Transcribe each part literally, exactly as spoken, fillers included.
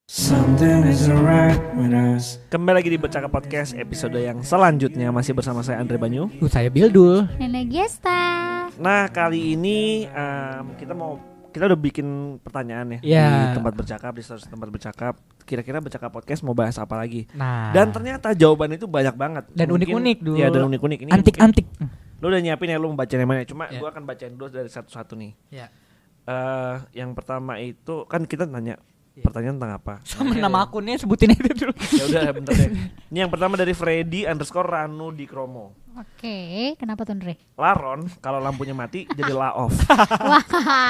Something isn't right with us. Kembali lagi di Bercakap Podcast episode yang selanjutnya. Masih bersama saya Andre Banyu. Saya Bildul. Nenek Gesta. Nah kali ini um, kita mau kita udah bikin pertanyaan ya yeah. di tempat bercakap, di status tempat bercakap. Kira-kira Bercakap Podcast mau bahas apa lagi? Nah. Dan ternyata jawaban itu banyak banget. Dan mungkin, unik-unik dulu. Ya dan unik-unik. Ini antik-antik. Lo udah nyiapin ya, lo mau baca yang mana? Cuma yeah. gue akan bacain dulu dari satu-satu nih. Yeah. Uh, yang pertama itu kan kita nanya yeah. pertanyaan tentang apa? Sama nah, nama akunnya sebutin aja dulu. Ya udah bentar deh. Ini yang pertama dari Freddy underscore Ranu di Kromo. Oke, kenapa tuh Andre? Laron kalau lampunya mati jadi la off. Wah.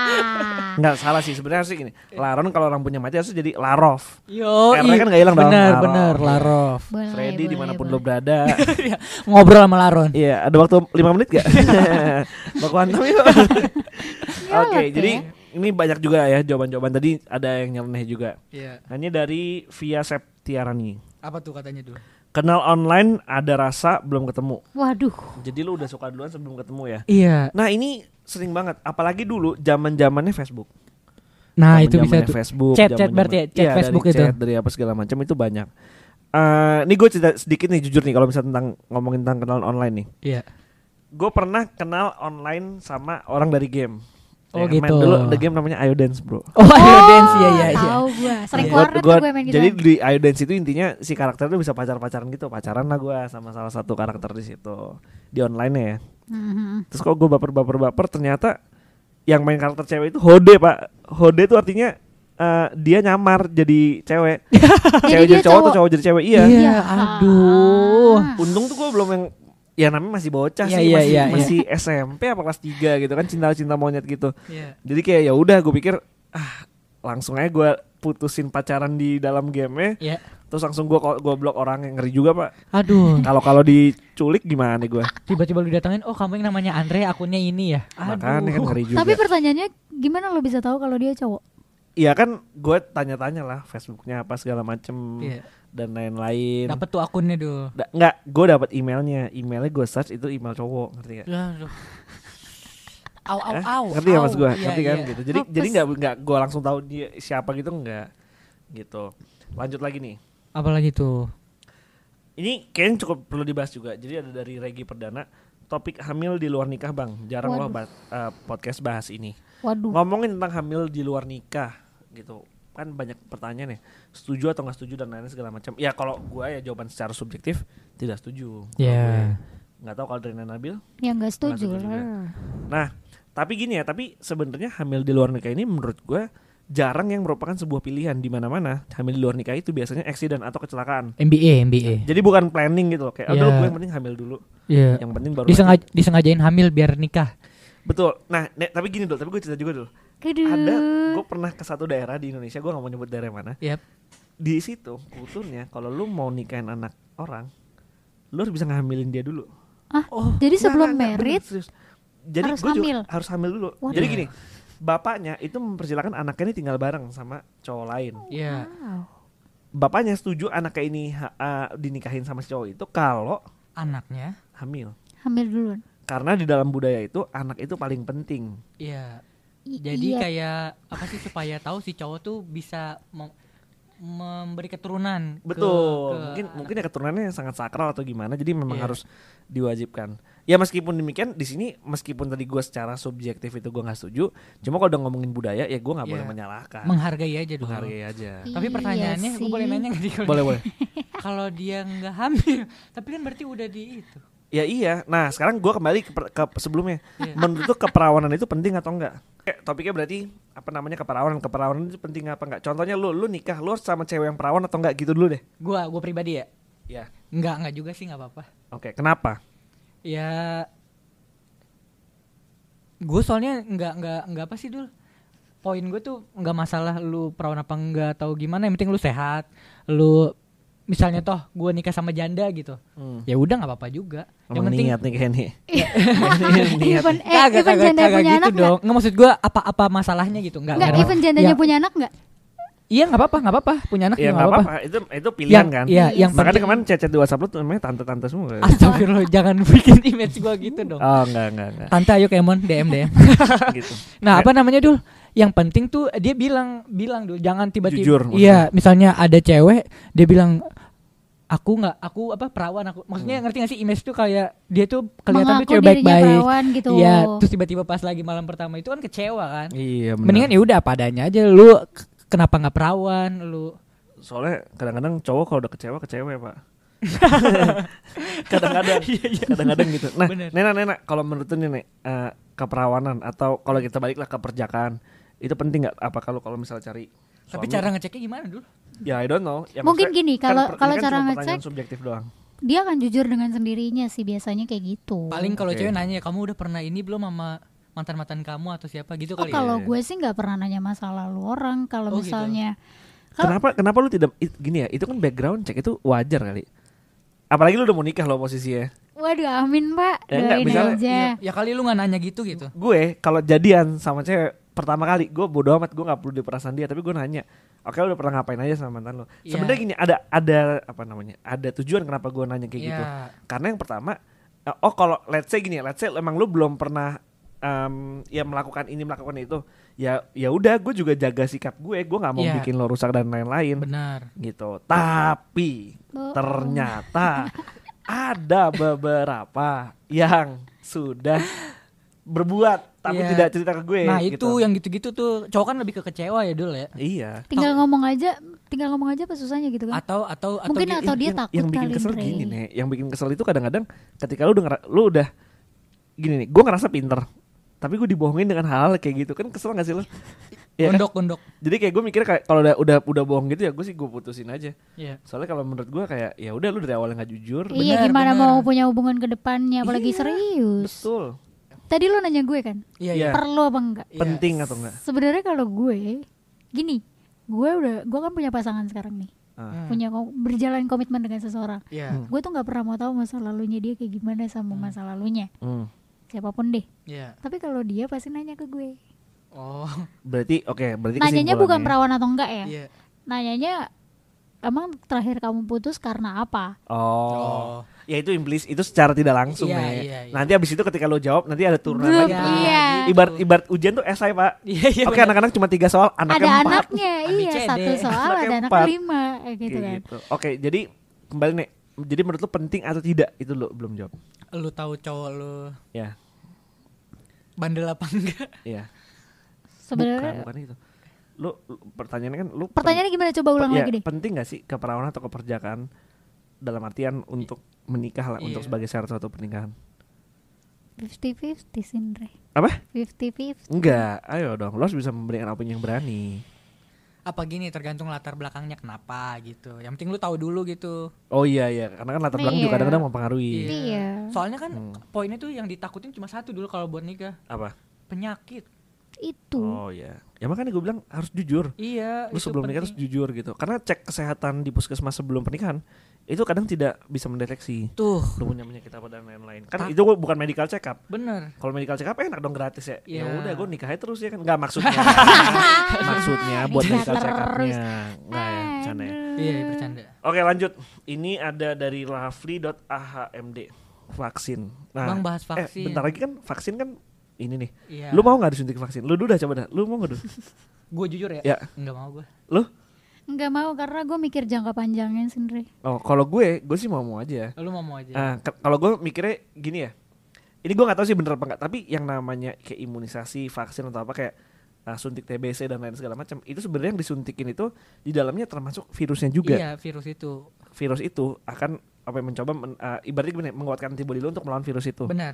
Enggak salah sih sebenarnya sih gini. Laron kalau lampunya mati harus jadi larof. Yo, R-nya kan enggak hilang dong. Bener bener Larof. Boleh, Freddy boleh, dimanapun boleh. lo berada. Ngobrol sama Laron. Iya, ada waktu lima menit gak? Baku hantam yuk. Oke, jadi ini banyak juga ya jawaban-jawaban tadi, ada yang nyeleneh juga. Iya. Hanya dari Via Septiarani. Apa tuh katanya dulu? Kenal online ada rasa belum ketemu. Waduh. Jadi lu udah suka duluan sebelum ketemu ya. Iya. Nah, ini sering banget, apalagi dulu zaman-zamannya Facebook. Nah, itu bisa tuh. Facebook, Chat chat berarti ya, chat ya, Facebook dari itu. Chat, dari apa segala macam itu banyak. Uh, ini gue cerita sedikit nih jujur nih kalau misalnya tentang ngomongin tentang kenalan online nih. Iya. Gue pernah kenal online sama orang dari game. Oh ya, gitu. Main dulu ada game namanya Ayo Dance bro. Oh Ayo Dance ya ya ya. Tahu gue, sering Gua- keluar tuh gua- gue main gitu. Jadi di Ayo Dance itu intinya si karakter itu bisa pacar-pacaran gitu. Pacaran lah gue sama salah satu karakter di situ. Di online ya. Mhm. Terus kok gue baper-baper-baper ternyata yang main karakter cewek itu Hode pak. Hode itu artinya uh, dia nyamar jadi cewek. Cewek dia jadi cowok cowok. atau cowok jadi cewek. Iya. Iya, aduh. Untung tuh gue belum yang ya namanya masih bocah Iya, sih, iya, masih iya, masih S M P apa kelas tiga gitu kan, cinta-cinta monyet gitu. Iya. Jadi kayak ya udah gue pikir ah langsung aja gue putusin pacaran di dalam game-nya. Iya. Terus langsung gue gue blok orang yang ngeri juga pak. Aduh. Kalau kalau diculik gimana gue? Tiba-tiba lu datangin, oh kamu yang namanya Andre, akunnya ini ya. Aduh. Makanya kan ngeri juga. Tapi pertanyaannya gimana lo bisa tahu kalau dia cowok? Iya kan gue tanya-tanya lah Facebooknya apa segala macem. Iya. Dan lain-lain. Dapat tuh akunnya dulu. Da- Enggak, gue dapat emailnya. Emailnya gue search itu email cowok, ngerti gak? Aduh. Au au Eh, au. ngerti gak mas gue? Iya, Ngerti kan iya. gitu. Jadi Hapus. jadi nggak nggak gue langsung tahu dia siapa gitu enggak gitu. Lanjut lagi nih. Apalagi tuh? Ini kayaknya cukup perlu dibahas juga. Jadi ada dari Regi Perdana. Topik hamil di luar nikah bang. Jarang loh Waduh. bahas, uh, podcast bahas ini. Waduh. Ngomongin tentang hamil di luar nikah gitu. Kan banyak pertanyaan ya. Setuju atau gak setuju dan lain-lain segala macam. Ya kalau gue ya jawaban secara subjektif tidak setuju. Iya. Yeah. Nggak tahu kalau dari Nabil. Ya nggak setuju Nggak setuju lah. Nah, tapi gini ya, tapi sebenarnya hamil di luar nikah ini menurut gue jarang yang merupakan sebuah pilihan di mana-mana. Hamil di luar nikah itu biasanya accident atau kecelakaan. M B A, M B A. Jadi bukan planning gitu loh. Kayak, Yeah. udah gue yang penting hamil dulu. Iya. Yang penting baru Disengaj- disengajain hamil biar nikah. Betul. Nah, ne- tapi gini dulu, tapi gue cerita juga dulu. Aduh. Ada, gue pernah ke satu daerah di Indonesia, gue gak mau nyebut daerah mana. Yep. Di situ, kulturnya kalau lu mau nikahin anak orang, lu harus bisa ngambilin dia dulu. Ah, Oh. jadi sebelum Nggak, nggak, bener, merit serius. Jadi harus gua juga hamil? harus hamil dulu. Waduh. Jadi gini, bapaknya itu mempersilahkan anaknya ini tinggal bareng sama cowok lain. Iya. Wow. Bapaknya setuju anaknya ini ha- uh, dinikahin sama si cowok itu kalau Anaknya. hamil. Hamil duluan. Karena di dalam budaya itu anak itu paling penting. Iya. I- Jadi iya. kayak apa sih supaya tahu si cowok tuh bisa mem- memberi keturunan. ke- Betul. ke mungkin anak. mungkin ya keturunannya sangat sakral atau gimana. Jadi memang Iya. harus diwajibkan. Ya meskipun demikian di sini meskipun tadi gue secara subjektif itu gue nggak setuju. Cuma kalau udah ngomongin budaya ya gue nggak Iya. boleh menyalahkan. menghargai aja dulu. Menghargai aja. Tapi Iya pertanyaannya, gue sih. boleh nanya nggak sih? kalau- Boleh boleh. Kalau dia nggak hamil, tapi kan berarti udah di itu. Ya iya. Nah sekarang gue kembali ke, per- ke sebelumnya. Iya. Menurut lu keperawanan itu penting atau enggak? Eh, topiknya berarti apa namanya keperawanan? Keperawanan itu penting apa enggak? Contohnya lu lu nikah lu harus sama cewek yang perawan atau enggak gitu dulu deh. Gua, gua pribadi ya. Ya. Nggak, nggak juga sih, nggak apa-apa. Oke. Kenapa? Ya, gue soalnya nggak nggak nggak apa sih dul. Poin gue tuh nggak masalah lu perawan apa enggak atau gimana. Yang penting lu sehat. Lu misalnya toh gue nikah sama janda gitu. Hmm. Ya udah nggak apa-apa juga. Emang yang penting niat nih kayaknya nih. Even, eh, kagak even kagak janda kagak punya gitu anak dong. Nggak maksud gue apa-apa masalahnya gitu. Nggak. Enggak, nggak. even jandanya Ya, punya anak enggak? Iya nggak apa-apa, nggak apa-apa. Punya anak Ya juga nggak nggak apa-apa, itu itu pilihan Yang- kan. Iya, yang Makanya penting- kemarin chat-chat di WhatsApp lu tuh namanya tante-tante semua. kan? Astagfirullah, jangan bikin image gua gitu dong. Oh enggak enggak enggak. Tante ayo Kemon D M D M. gitu. Nah, apa namanya Dul? Yang penting tuh dia bilang bilang Dul, jangan tiba-tiba. Jujur, maksudnya. Iya, misalnya ada cewek dia bilang aku nggak, aku apa perawan aku. Maksudnya Hmm. ngerti gak sih image tuh kayak dia tuh kelihatan tuh Mengaku cewek dirinya baik-baik. perawan gitu. Iya, terus tiba-tiba pas lagi malam pertama itu kan kecewa kan. Iya benar. Mendingan ya udah apa adanya aja. Lu k- kenapa nggak perawan lu? Soalnya kadang-kadang cowok kalau udah kecewa kecewa pak. kadang-kadang, kadang-kadang gitu. Nah, Bener. Nena, Nena, kalau menurut lu nih, Nek, eh, keperawanan atau kalau kita baliklah ke perjakaan, itu penting nggak? Apa kalau kalau misalnya cari? Tapi suami? cara ngeceknya gimana Dul? Ya I don't know. Ya, Mungkin maksudnya gini, kan kalau- per- kalau ini kan cara cuma ngecek- pertanyaan subjektif doang. Dia akan jujur dengan sendirinya sih biasanya kayak gitu. Paling kalau Oke. cewek nanya, kamu udah pernah ini belum sama mantan-mantan kamu atau siapa gitu Oh kali ya? kalau ya. gue sih nggak pernah nanya masa lalu orang. Kalau Oh, gitu. misalnya Kalau- Kenapa kenapa lu tidak it- gini ya? Itu kan background check itu wajar kali. Apalagi lu udah mau nikah lo posisinya. waduh amin pak, Ya, enggak, doain misalnya- aja. Ya, ya kali lu nggak nanya gitu gitu. Gue kalau jadian sama cewek pertama kali, gue bodo amat, gue nggak perlu di perasaan dia, tapi gue nanya, oke lu udah pernah ngapain aja sama mantan lo? Iya. Sebenarnya gini, ada ada apa namanya? Ada tujuan kenapa gue nanya kayak gitu. Iya. Karena yang pertama, eh, oh kalau let's say gini, ya, let's say emang lu belum pernah em, ya melakukan ini melakukan itu, ya ya udah gue juga jaga sikap gue, gue nggak mau Iya. bikin lo rusak dan lain-lain. Benar. Gitu. Tapi Oh. ternyata ada beberapa yang sudah berbuat tapi Iya. tidak cerita ke gue. Nah gitu. itu yang gitu-gitu tuh cowok kan lebih ke kecewa ya Dul ya. Iya. Tinggal ngomong aja, tinggal ngomong aja apa susahnya gitu kan? Atau atau atau Mungkin gi- atau dia yang, takut yang bikin kali, kesel Andre. gini nih, yang bikin kesel itu kadang-kadang ketika lu udah ngera- lu udah gini nih, gue ngerasa pinter, tapi gue dibohongin dengan hal-hal kayak gitu kan, kesel gak sih lu? Iya kan? gondok gondok. Jadi kayak gue mikir kayak kalau udah udah udah bohong gitu ya gue sih gue putusin aja. Iya. Soalnya kalau menurut gue kayak ya udah lu dari awalnya nggak jujur. Iya Benar, gimana benar. mau punya hubungan ke depannya apalagi Iya, serius. Betul. Tadi lu nanya gue kan, Iya Iya. iya. perlu apa enggak? Iya. Penting atau enggak? Sebenarnya kalau gue gini, gue udah gue kan punya pasangan sekarang nih. Ah. Hmm. Punya ko- berjalan komitmen dengan seseorang. Iya. Hmm. Gue tuh nggak pernah mau tahu masa lalunya dia kayak gimana sama masa lalunya. Hmm. Siapapun deh. Iya. Tapi kalau dia pasti nanya ke gue. Oh. Berarti oke, berarti Nanyanya bukan kesimpulannya- perawan atau enggak ya? Iya. Nanyanya emang terakhir kamu putus karena apa? Oh. Ya itu implis, itu secara tidak langsung Iya, nih. iya, iya. Nanti abis itu ketika lo jawab nanti ada turunan Grup, lagi. Ya, iya. gitu. Ibarat ibarat ujian tuh esai pak. Iya iya. Oke benar. anak-anak cuma tiga soal, anaknya ada empat. anaknya, A, B, iya C, D. satu soal Anaknya ada anak empat. lima, kayak gitu Kayak kan. gitu. Oke jadi kembali nih. Jadi menurut lo penting atau tidak itu lo belum jawab. Lu tahu cowok lu Ya, bandel apa enggak? iya. Sebenarnya bukan, bukan itu. Lu, lu pertanyaannya kan lu pertanyaannya gimana, coba ulang pen- ya, lagi deh. penting gak sih keperawanan atau keperjakaan dalam artian untuk menikah lah, untuk Iya. sebagai syarat suatu pernikahan? fifty fifty Sindre. Apa? fifty fifty. Enggak, ayo dong, lo harus bisa memberikan opini yang berani. Apa gini tergantung latar belakangnya kenapa gitu. Yang penting lu tahu dulu gitu. Oh iya iya, karena kan latar belakang Iya. juga kadang-kadang mempengaruhi. Iya. Soalnya kan Hmm. poinnya tuh yang ditakutin cuma satu dulu kalau buat nikah, Apa? penyakit. Itu. Oh iya. Ya makanya gue bilang harus jujur. Iya. Lu itu sebelum nikah harus penting. jujur gitu. Karena cek kesehatan di puskesmas sebelum pernikahan itu kadang tidak bisa mendeteksi Tuh, lu punya penyakit apa dan lain-lain. Kan Ta- itu bukan medical check up. bener. Kalau medical check up enak dong gratis ya. Ya Iya. udah gue nikah aja terus ya kan. Enggak maksudnya. maksudnya buat Nikah medical check terus. up-nya. Enggak ya, bercanda ya. Aduh. Iya, bercanda. Oke, lanjut. Ini ada dari Rafli.ahmd vaksin. Nah, Bang bahas Eh, vaksin. bentar lagi kan vaksin kan ini nih. Iya. Lu mau nggak disuntik vaksin? Lu dulu dah coba dah. Lu mau nggak dulu? Gue jujur ya? Ya. Enggak mau gue. Lu? Nggak mau karena gue mikir jangka panjangnya Sindre. Oh, kalau gue, gue sih mau mau aja. Lu mau mau aja. Ah, ke- kalau gue mikirnya gini ya. Ini gue nggak tahu sih bener apa enggak, tapi yang namanya kayak imunisasi, vaksin atau apa kayak ah, suntik T B C dan lain segala macam, itu sebenarnya yang disuntikin itu di dalamnya termasuk virusnya juga. Iya, virus itu. Virus itu akan apa yang mencoba men, ah, ibaratnya gini, menguatkan antibodi lu untuk melawan virus itu. Benar.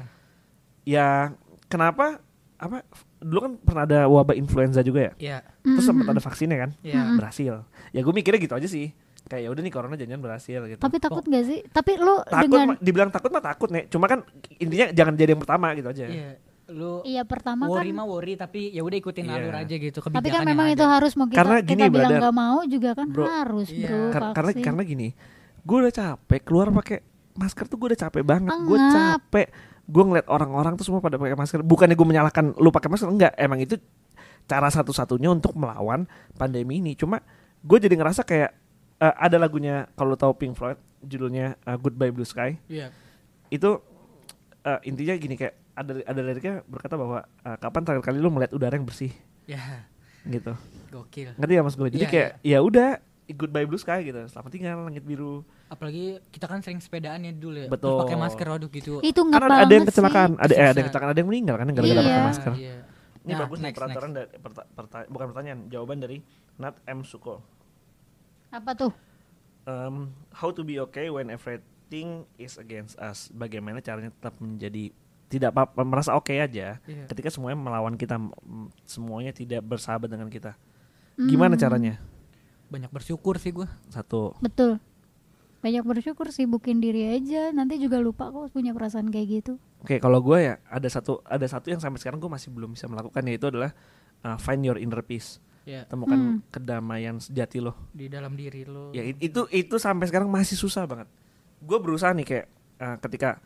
Ya, kenapa apa dulu kan pernah ada wabah influenza juga ya. Iya. Terus Mhm. sempat ada vaksinnya kan? Iya. Mm-mm. Berhasil. Ya gue mikirnya gitu aja sih. Kayak ya udah nih corona jangan berhasil gitu. Tapi takut nggak sih? Tapi lu takut dengan mah- dibilang takut mah takut nih. Cuma kan intinya jangan jadi yang pertama gitu aja. Iya. Lu iya pertama worry kan. mah worry tapi ya udah ikutin Iya. alur aja gitu kebijakan. Tapi kan yang memang ada. itu harus mau kita, Karena gini, kita bilang brother. nggak mau juga kan Bro. harus Iya. bro. Kar- karena vaksin. karena gini, gue udah capek keluar pakai masker tuh gue udah capek banget. Gue Engap. capek. Gue ngeliat orang-orang tuh semua pada pakai masker. Bukannya gue menyalahkan lu pakai masker, enggak. Emang itu cara satu-satunya untuk melawan pandemi ini. Cuma gue jadi ngerasa kayak uh, ada lagunya kalau lo tahu Pink Floyd judulnya uh, Goodbye Blue Sky. Iya. Itu uh, intinya gini kayak ada ada liriknya berkata bahwa uh, kapan terakhir kali lo melihat udara yang bersih Ya. gitu. Gokil. Ngerti ya mas gue? Jadi Iya, kayak ya udah Goodbye Blue Sky gitu. Selamat tinggal langit biru. Apalagi kita kan sering sepedaan ya dulu ya. Betul. Terus pakai masker waduh gitu. Itu nggak Karena banget ada yang sih. kecelakaan, ada eh, ada yang Susah. kecelakaan, ada yang meninggal kan gara-gara Iya. pakai masker. Iya. Ini Nah, bagus nih next, peraturan dari perta- perta- bukan pertanyaan, jawaban dari Nat M Suko. Apa tuh? Um, how to be okay when everything is against us? Bagaimana caranya tetap menjadi tidak apa merasa oke aja Iya. ketika semuanya melawan kita, m- semuanya tidak bersahabat dengan kita. Gimana Hmm, caranya? Banyak bersyukur sih gue. Satu. Betul. Banyak bersyukur, sibukin diri aja. Nanti juga lupa kok punya perasaan kayak gitu. Oke, kalau gue ya ada satu ada satu yang sampai sekarang gue masih belum bisa melakukan, yaitu adalah uh, find your inner peace. Ya. Temukan Hmm. kedamaian sejati lo. Di dalam diri lo. Ya it- itu itu sampai sekarang masih susah banget. Gue berusaha nih kayak uh, ketika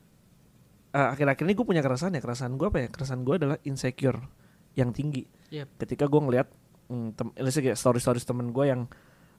uh, akhir-akhir ini gue punya keresahan ya, keresahan gue apa ya? Keresahan gue adalah insecure yang tinggi. Yep. Ketika gue ngelihat mm, tem- let's say kayak story-stories temen gue yang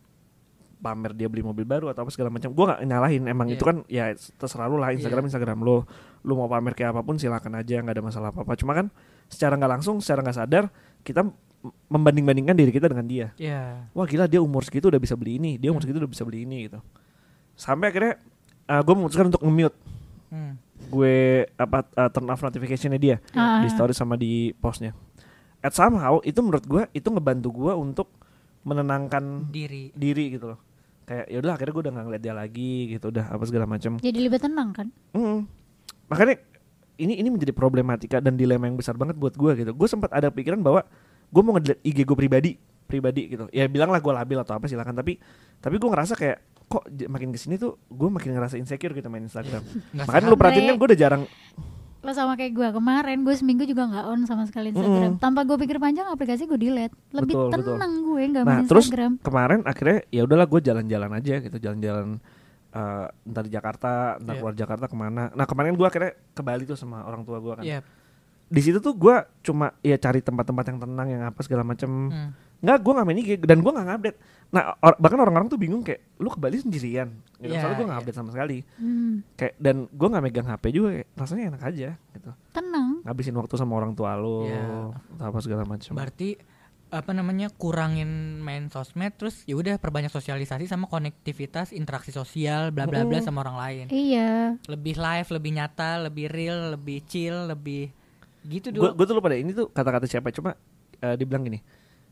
pamer dia beli mobil baru atau apa segala macam, gue nggak nyalahin, emang Iya. itu kan ya terserah lu lah, Instagram Iya. Instagram lo, lu mau pamer kayak apapun silakan aja, nggak ada masalah apa-apa. Cuma kan secara nggak langsung, secara nggak sadar kita m- membanding-bandingkan diri kita dengan dia. Ya. Wah gila, dia umur segitu udah bisa beli ini, dia umur segitu udah bisa beli ini gitu. Sampai akhirnya uh, gue memutuskan untuk nge-mute Hmm. gue apa uh, turn off notification-nya dia Ah. di story sama di postnya. At somehow itu menurut gue itu ngebantu gue untuk menenangkan Diri. diri gitu loh. Kayak ya udah akhirnya gue udah nggak ngeliat dia lagi gitu, udah apa segala macam. Jadi lebih tenang kan? Mm. Makanya ini ini menjadi problematika dan dilema yang besar banget buat gue gitu. Gue sempat ada pikiran bahwa gue mau nge-delete I G gue pribadi pribadi gitu. Ya bilanglah gue labil atau apa silakan, tapi tapi gue ngerasa kayak kok j- makin kesini tuh gue makin ngerasa insecure gitu main Instagram. Nggak Makanya sehat. lu perhatiin kan gue udah jarang. Lo sama kayak gue kemarin, gue seminggu juga nggak on sama sekali Instagram. Mm-mm. Tanpa gue pikir panjang, aplikasi gue delete. Lebih Betul, betul. tenang gue nggak Nah main terus Instagram. kemarin akhirnya ya udahlah gue jalan-jalan aja gitu, jalan-jalan uh, entar di Jakarta, entar Iya. keluar Jakarta kemana. Nah kemarin gue akhirnya ke Bali tuh sama orang tua gue kan. Yep. Di situ tuh gue cuma ya cari tempat-tempat yang tenang, yang apa segala macam. Hmm. Nggak, gue nggak main I G dan gue nggak ngupdate. Nah or- bahkan orang-orang tuh bingung kayak lu ke Bali sendirian. Gitu. Iya, Soalnya gue nggak iya. update sama sekali. Hmm, Kayak dan gue nggak megang H P juga, kayak rasanya enak aja gitu. tenang. Ngabisin waktu sama orang tua lo, Iya. atau apa segala macam. Berarti apa namanya kurangin main sosmed, terus ya udah perbanyak sosialisasi sama konektivitas interaksi sosial bla bla bla Mm-mm. sama orang lain. Iya. Lebih live, lebih nyata, lebih real, lebih chill, lebih gitu Gue dulu. gue tuh lupa deh ini tuh kata-kata siapa, cuma eh, dibilang gini.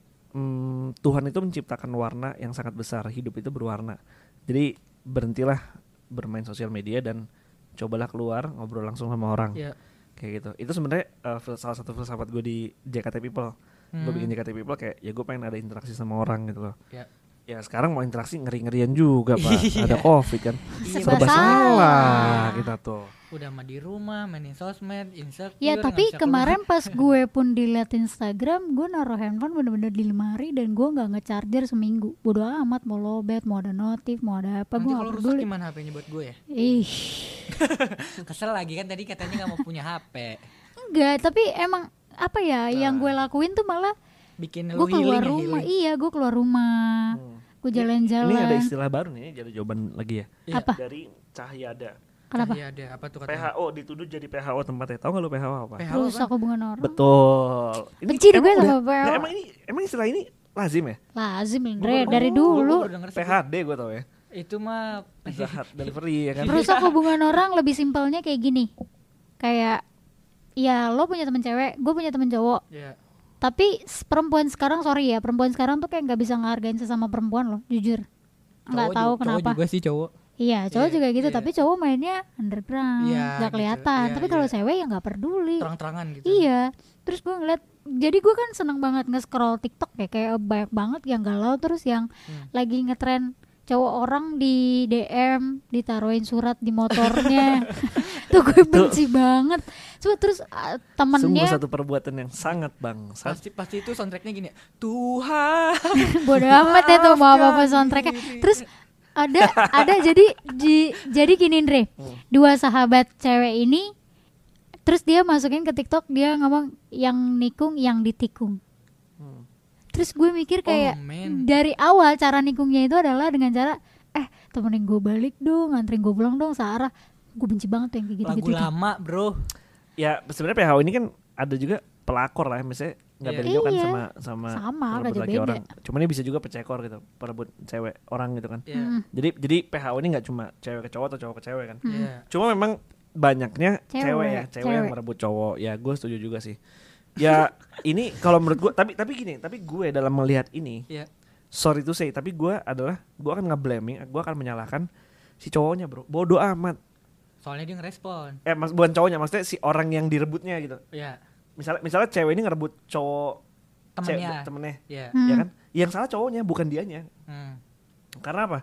Hmm, Tuhan itu menciptakan warna yang sangat besar, hidup itu berwarna. Jadi berhentilah bermain sosial media dan cobalah keluar ngobrol langsung sama orang. Ya. Kayak gitu. Itu sebenarnya uh, fil- salah satu filsafat gue di J K T People. Gue Hmm. bikin J K T People kayak ya gue pengen ada interaksi sama orang gitu loh. Ya. Ya sekarang mau interaksi ngeri-ngerian juga pak. Iya. Ada covid kan. Iya, Serba salah. salah kita tuh. Udah mah di rumah mainin sosmed, insecure. Ya nggak tapi bisa kemarin pas gue pun diliat Instagram, gue naruh handphone bener-bener di lemari dan gue nggak nge-charger seminggu. Bodo amat, mau lowbat, mau ada notif, mau ada apa, keluar. gue Nanti nggak kalau rusak peduli. gimana H P-nya buat gue ya? Ih, Kesel lagi kan tadi katanya nggak mau punya H P. enggak. Tapi emang apa ya, yang Nah. gue lakuin tuh malah Bikin gue lu keluar healing, ya, rumah. healing. Iya, gue keluar rumah, Hmm. gue Ini ada jalan-jalan. istilah baru nih, jadi jawaban lagi ya. Iya. Apa? Dari Cahyada. Kenapa? Iya ada apa tuh P H katanya? O dituduh jadi P H O tempatnya. Tahu nggak lu P H O apa? P H O Rusak apa? hubungan orang. Betul. Benci deh gue emang sama udah- P H O. Nah, emang ini emang istilah ini lazim ya? Lazim Gua Indre, baru- dari gua- dulu. gua baru denger P sih. H D gue tau ya. Itu mah Pizza Hut delivery ya kan. Rusak hubungan orang lebih simpelnya kayak gini. Kayak ya lo punya temen cewek, gue punya temen cowok. ya. Tapi s- perempuan sekarang, sorry ya, perempuan sekarang tuh kayak nggak bisa ngehargain sesama perempuan loh, jujur. Nggak Cowok tahu ju- kenapa. Cowok juga sih cowok. Iya, cowok Iya, juga gitu, iya. tapi cowok mainnya underground, Iya, nggak gitu. kelihatan. Iya, Tapi kalau iya. cewek ya nggak peduli. Terang-terangan gitu. Iya, terus gue ngeliat, jadi gue kan seneng banget nge-scroll TikTok ya, kayak banyak banget yang galau, terus yang Hmm. lagi ngetren cowok orang di D M ditaruhin surat di motornya. Tuh gue benci banget. Coba terus uh, Sungguh temennya satu perbuatan yang sangat bangsat. Pasti pasti itu soundtracknya gini. Tuhan. bodo amat ya tuh mau apa-apa soundtracknya. Terus ada ada jadi di, jadi gini Andre, dua sahabat cewek ini, terus dia masukin ke TikTok, dia ngomong yang nikung yang ditikung. Hmm. Terus gue mikir kayak Oh, man. dari awal cara nikungnya itu adalah dengan cara eh temenin gue balik dong, nganterin gue pulang dong searah. Gue benci banget tuh yang kayak Lagu gitu-gitu tuh. lama bro. Ya sebenarnya P H O ini kan ada juga pelakor lah, misalnya nggak Iya. beda jauh kan Iya. sama sama, Sama, perebut nggak jauh laki beda. orang. Cuman ini bisa juga pecekor gitu, perebut cewek orang gitu kan. Iya. Hmm. Jadi jadi P H O ini nggak cuma cewek ke cowok atau cowok ke cewek kan. Hmm. Iya. Cuma memang banyaknya cewek, Cewek, ya, cewek, yang cewek. merebut cowok. Ya gue setuju juga sih. Ya ini kalau menurut gue, tapi tapi gini, tapi gue dalam melihat ini, Iya. sorry to say, tapi gue adalah gue akan nge-blaming, gue akan menyalahkan si cowoknya bro. Bodoh amat. Soalnya dia ngerespon. Eh mas, bukan cowoknya, maksudnya si orang yang direbutnya gitu. Iya. Misalnya misalnya cewek ini ngerebut cowok Temennya. cewek- temennya, Iya. Hmm. ya kan? Yang salah cowoknya bukan dianya. Hmm. Karena apa?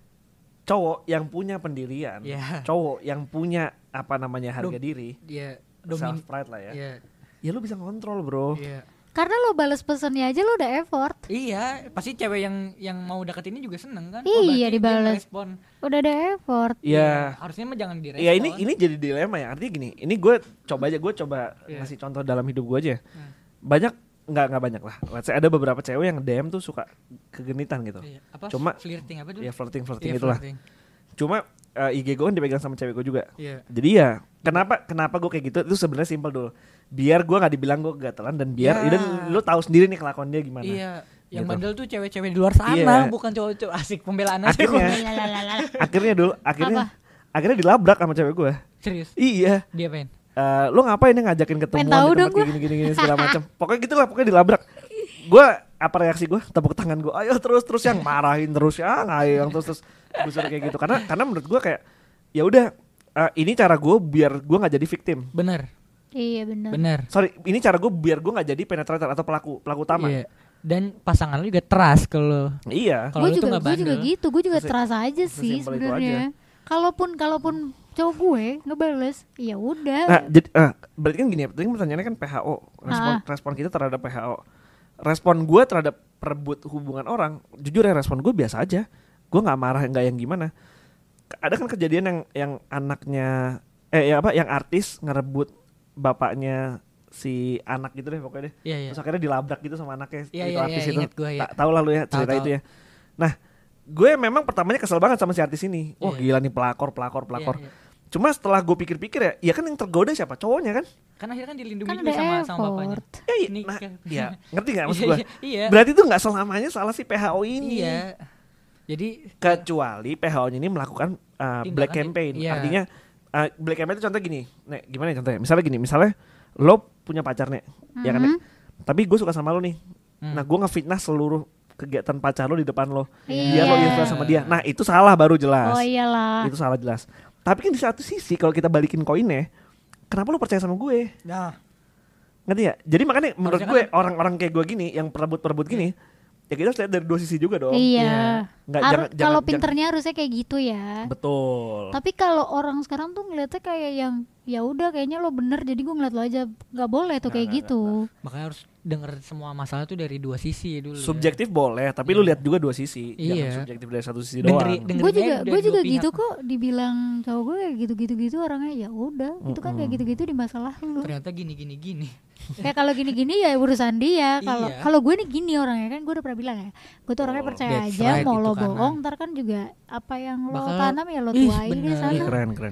Cowok yang punya pendirian, Iya. cowok yang punya apa namanya harga Dom- diri, Iya. self Domin. pride lah ya. Iya. Ya lu bisa ngontrol bro. Iya. Karena lo bales pesennya aja lo udah effort. Iya, pasti cewek yang yang mau deketin ini juga seneng kan? Iya, berarti dia dibales. ngerespon. Udah ada effort. Iya. Harusnya mah jangan direspon. Ya ini ini jadi dilema ya. Artinya gini, ini gue coba aja, gue coba Iya. ngasih contoh dalam hidup gue aja. Hmm. Banyak nggak nggak banyak lah. Let's say ada beberapa cewek yang D M tuh suka kegenitan gitu. Iya. Apa? Cuma- flirting apa dulu? Ya flirting flirting Iya, itulah. flirting. Cuma uh, I G gue kan dipegang sama cewek gue juga. Iya. Jadi ya kenapa kenapa gue kayak gitu itu sebenarnya simpel dulu. Biar gue nggak dibilang gue gatelan dan biar Ya. dan lu tahu sendiri nih kelakuan dia gimana. Iya. Yang Gitu. bandel tuh cewek-cewek di luar sana, Iya. bukan cowok-cowok. Asik pembelaan aja. Akhirnya akhirnya dulu akhirnya akhirnya dilabrak sama cewek gue. Serius. Iya. Dia pengen. Eh, lu ngapain nih ngajakin ketemuan Pengen tahu di tempat dong kayak gua. gini gini gini segala macam. Pokoknya gitulah, pokoknya dilabrak. Gue apa reaksi gue? Tepuk tangan gue. Ayo terus terus yang marahin terus ya, yang terus terus gue suruh kayak gitu. Karena karena menurut gue kayak ya udah eh, ini cara gue biar gue nggak jadi victim. Bener. Iya benar. Bener. Sorry, ini cara gue biar gue nggak jadi penetrator atau pelaku pelaku utama. Iya. Dan pasangan lu juga trust kalau Iya. kalau Gue lu tuh juga nggak gue juga bandel. gitu. Gue juga Sesi- terasa aja sih sesimpel itu sebenarnya. Kalaupun kalaupun cowok gue ngebales, ya udah. Nah, jadi ah, berarti kan gini ya, tadi pertanyaannya kan P H O, respon Ah. respon kita terhadap P H O. Respon gue terhadap perebut hubungan orang, jujur ya respon gue biasa aja. Gue nggak marah, nggak yang gimana. K- Ada kan kejadian yang yang anaknya eh ya apa, yang artis ngerebut bapaknya si anak gitu deh pokoknya deh. Iya, iya. Terus akhirnya dilabrak gitu sama anaknya, Iya, itu iya, artis iya, itu. inget gue, iya. Ta- Tahu lah lu ya Tahu, cerita tahu. itu ya. Nah, gue memang pertamanya kesel banget sama si artis ini. Wah Iya. gila nih pelakor, pelakor, pelakor. Iya, iya. Cuma setelah gue pikir-pikir ya, ya kan yang tergoda siapa? Cowoknya kan? Kan akhirnya kan dilindungi Kan juga ada sama sama bapaknya. effort. Ya, iya, Ini nah, kan- ya, ngerti gak maksud Iya, gue? iya, iya. Berarti itu gak selamanya salah si P H O ini. Iya. Jadi Kecuali P H O-nya ini melakukan uh, Tindakan black di- campaign. iya. Artinya uh, black campaign itu contoh gini. Nek, gimana ya contohnya? Misalnya gini, misalnya lo punya pacar nih, ya kan? Nek? Mhm. Tapi gue suka sama lo nih. Hmm. Nah, gue ngefitnah seluruh kegiatan pacar lo di depan lo. Iya. Biar lo ilfil sama dia. Nah, itu salah baru jelas. Oh iyalah. Itu salah jelas. Tapi kan di satu sisi kalau kita balikin koinnya, kenapa lo percaya sama gue? nah, Ngerti ya? Jadi makanya menurut Harusnya gue orang-orang kayak gue gini yang perebut-perebut gini, ya kita harus lihat dari dua sisi juga dong. Iya. Nggak, Har- jangan- kalau jangan- pinternya harusnya kayak gitu ya. Betul. Tapi kalau orang sekarang tuh ngeliatnya kayak yang ya udah kayaknya lo bener jadi gue ngeliat lo aja, nggak boleh tuh kayak Nggak, gitu. makanya harus denger semua masalah tuh dari dua sisi dulu. ya. Subjektif boleh, tapi lu Iya. lihat juga dua sisi. Jangan Iya. subjektif dari satu sisi Dengeri- doang. deng- Gue Dengerinnya juga dari gue dua juga pihak. gitu kok, dibilang cowok gue kayak gitu-gitu gitu orangnya ya udah itu kan kayak Mm-mm. gitu-gitu di masalah lu. Ternyata gini gini gini. Kayak kalau gini-gini ya urusan dia. Kalau Iya. kalau gue nih gini orangnya kan gue udah pernah bilang ya. Gue tuh orangnya Oh, percaya that's aja right, mau itu lo kanan. bohong ntar kan juga apa yang lo Bakal- tanam ya lo Ih, tuai di bener. sana. Iya, keren, keren.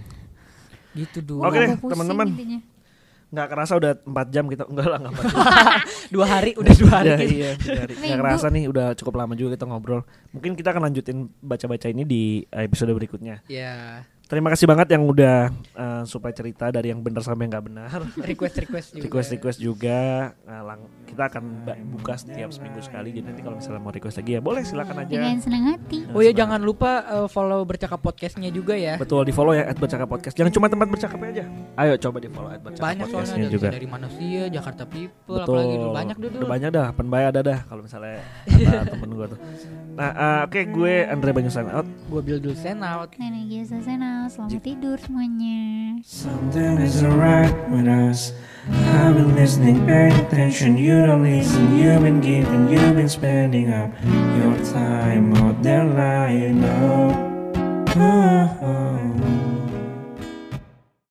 Gitu dulu. Gua Oke nggak deh, mau pusing teman-teman. intinya. Nggak kerasa udah empat jam kita. Enggak lah, enggak empat jam. Dua hari udah dua hari. Ya, gitu. iya, tiga hari. Nggak Minggu. kerasa nih udah cukup lama juga kita ngobrol. Mungkin kita akan lanjutin baca-baca ini di episode berikutnya. Ya, Terima kasih banget yang udah uh, supaya cerita dari yang benar sampai nggak benar. request request juga. Request request juga. Nah, lang- kita akan ba- buka setiap seminggu sekali. Jadi nanti kalau misalnya mau request lagi ya boleh, silakan aja. Dengan senang hati. Oh ya jangan lupa uh, follow Bercakap Podcastnya juga ya. Betul, di follow ya at Bercakap Podcast. Jangan cuma tempat bercakap aja. Ayo coba di follow at Bercakap Banyak soalnya Podcastnya ada juga. dari manusia, Jakarta People, Betul. apalagi dulu banyak dulu. Udah banyak dah, penbaya ada dah kalau misalnya kata temen gue tuh. Nah, uh, oke gue Andre Banyu sign out. Gue Bill dulu send out. Nenek Giasa Sena, selamat tidur semuanya. Something isn't right with us. I've been listening, paying attention. You don't listen. You've been giving, you've been spending up your time out there lying. Oh, oh, oh.